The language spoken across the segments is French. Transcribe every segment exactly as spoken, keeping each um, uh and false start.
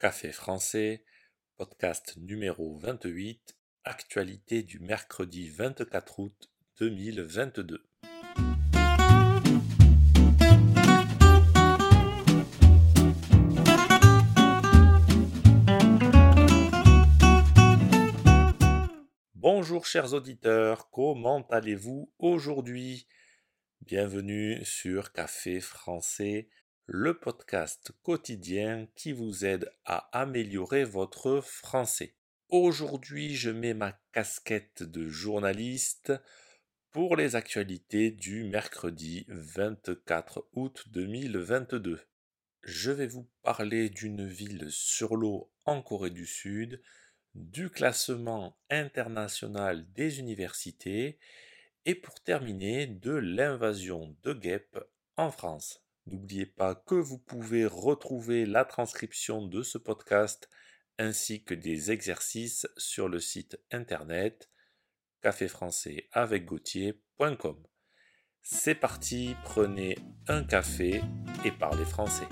Café français, podcast numéro vingt-huit, actualité du mercredi vingt-quatre août deux mille vingt-deux. Bonjour chers auditeurs, comment allez-vous aujourd'hui? Bienvenue sur Café français, le podcast quotidien qui vous aide à améliorer votre français. Aujourd'hui, je mets ma casquette de journaliste pour les actualités du mercredi vingt-quatre août deux mille vingt-deux. Je vais vous parler d'une ville sur l'eau en Corée du Sud, du classement international des universités et pour terminer de l'invasion de guêpes en France. N'oubliez pas que vous pouvez retrouver la transcription de ce podcast ainsi que des exercices sur le site internet café français avec gautier point com. C'est parti, prenez un café et parlez français.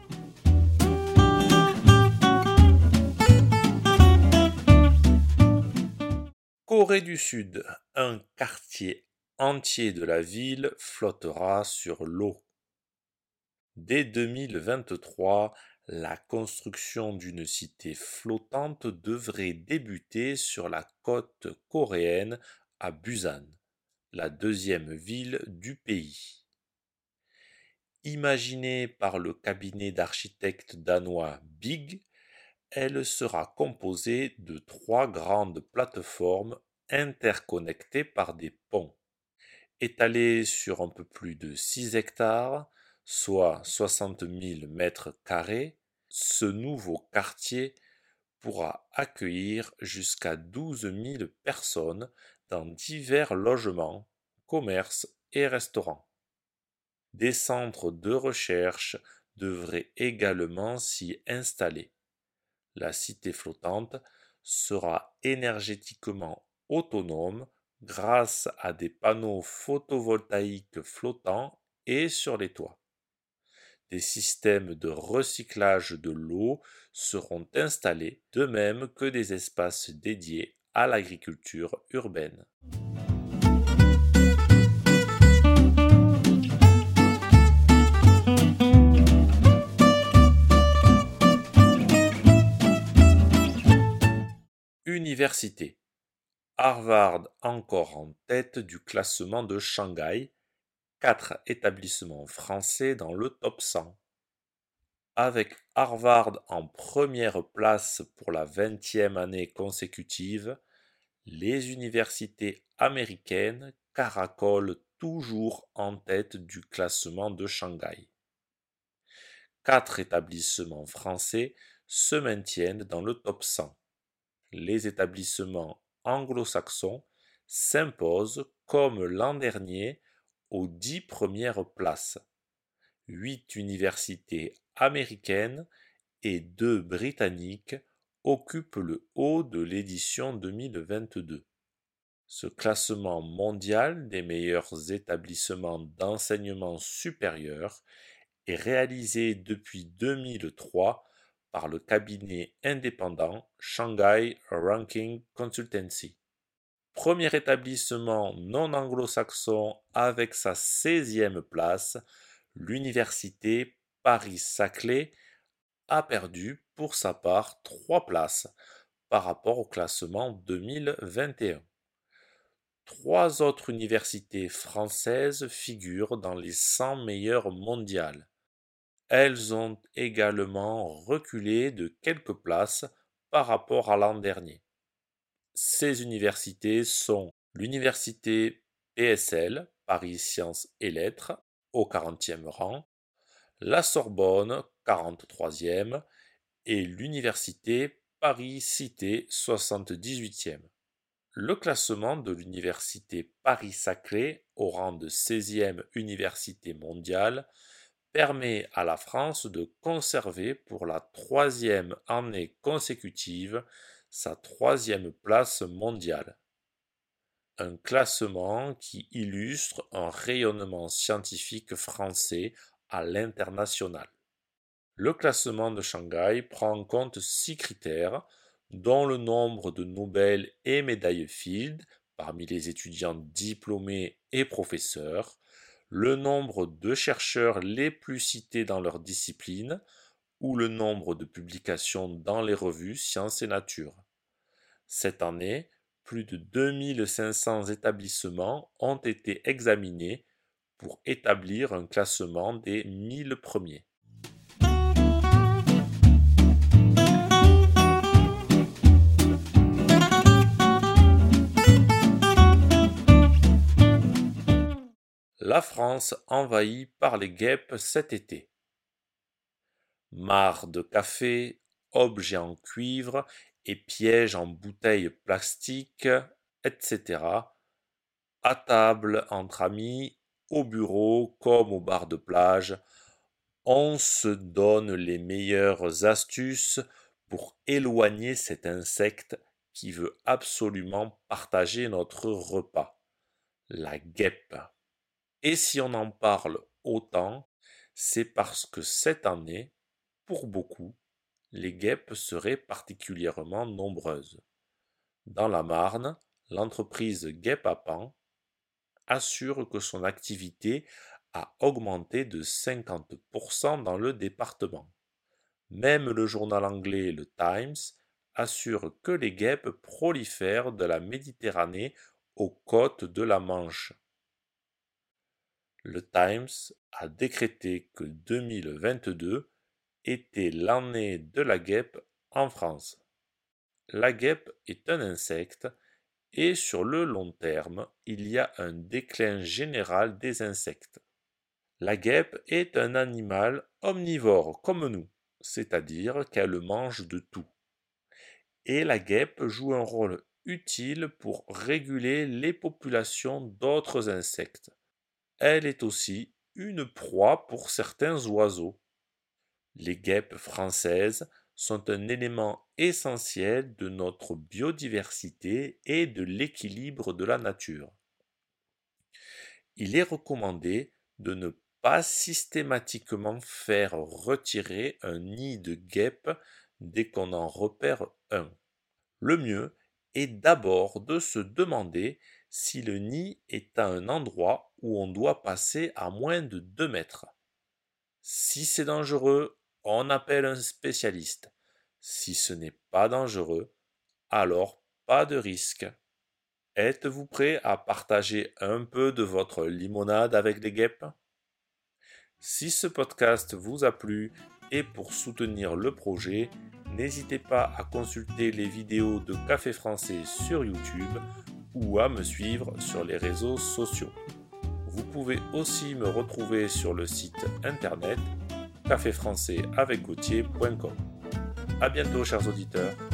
Corée du Sud, un quartier entier de la ville flottera sur l'eau. Dès deux mille vingt-trois, la construction d'une cité flottante devrait débuter sur la côte coréenne à Busan, la deuxième ville du pays. Imaginée par le cabinet d'architectes danois Big, elle sera composée de trois grandes plateformes interconnectées par des ponts. Étalée sur un peu plus de six hectares, soit soixante mille mètres carrés, ce nouveau quartier pourra accueillir jusqu'à douze mille personnes dans divers logements, commerces et restaurants. Des centres de recherche devraient également s'y installer. La cité flottante sera énergétiquement autonome grâce à des panneaux photovoltaïques flottants et sur les toits. Des systèmes de recyclage de l'eau seront installés, de même que des espaces dédiés à l'agriculture urbaine. Université. Harvard encore en tête du classement de Shanghai, quatre établissements français dans le top cent. Avec Harvard en première place pour la vingtième année consécutive, les universités américaines caracolent toujours en tête du classement de Shanghai. Quatre établissements français se maintiennent dans le top cent. Les établissements anglo-saxons s'imposent comme l'an dernier aux dix premières places. Huit universités américaines et deux britanniques occupent le haut de l'édition deux mille vingt-deux. Ce classement mondial des meilleurs établissements d'enseignement supérieur est réalisé depuis deux mille trois par le cabinet indépendant Shanghai Ranking Consultancy. Premier établissement non anglo-saxon avec sa seizième place, l'université Paris-Saclay a perdu pour sa part trois places par rapport au classement deux mille vingt et un. Trois autres universités françaises figurent dans les cent meilleures mondiales. Elles ont également reculé de quelques places par rapport à l'an dernier. Ces universités sont l'université P S L, Paris Sciences et Lettres, au quarantième rang, la Sorbonne, quarante-troisième, et l'université Paris-Cité, soixante-dix-huitième. Le classement de l'université Paris-Saclay au rang de seizième université mondiale permet à la France de conserver pour la troisième année consécutive sa troisième place mondiale. Un classement qui illustre un rayonnement scientifique français à l'international. Le classement de Shanghai prend en compte six critères, dont le nombre de Nobel et médailles Fields parmi les étudiants diplômés et professeurs, le nombre de chercheurs les plus cités dans leur discipline ou le nombre de publications dans les revues Sciences et Nature. Cette année, plus de deux mille cinq cents établissements ont été examinés pour établir un classement des mille premiers. La France envahie par les guêpes cet été. Mares de café, objets en cuivre et pièges en bouteilles plastiques, et cetera. À table, entre amis, au bureau comme au bar de plage, on se donne les meilleures astuces pour éloigner cet insecte qui veut absolument partager notre repas, la guêpe. Et si on en parle autant, c'est parce que cette année, pour beaucoup, les guêpes seraient particulièrement nombreuses. Dans la Marne, l'entreprise Guêpe à Pan assure que son activité a augmenté de cinquante pour cent dans le département. Même le journal anglais le Times assure que les guêpes prolifèrent de la Méditerranée aux côtes de la Manche. Le Times a décrété que deux mille vingt-deux était l'année de la guêpe en France. La guêpe est un insecte et sur le long terme, il y a un déclin général des insectes. La guêpe est un animal omnivore comme nous, c'est-à-dire qu'elle mange de tout. Et la guêpe joue un rôle utile pour réguler les populations d'autres insectes. Elle est aussi une proie pour certains oiseaux. Les guêpes françaises sont un élément essentiel de notre biodiversité et de l'équilibre de la nature. Il est recommandé de ne pas systématiquement faire retirer un nid de guêpe dès qu'on en repère un. Le mieux est d'abord de se demander si le nid est à un endroit où on doit passer à moins de deux mètres. Si c'est dangereux, on appelle un spécialiste. Si ce n'est pas dangereux, alors pas de risque. Êtes-vous prêt à partager un peu de votre limonade avec les guêpes? Si ce podcast vous a plu et pour soutenir le projet, n'hésitez pas à consulter les vidéos de Café Français sur YouTube ou à me suivre sur les réseaux sociaux. Vous pouvez aussi me retrouver sur le site internet café français avec gautier point com. À bientôt chers auditeurs.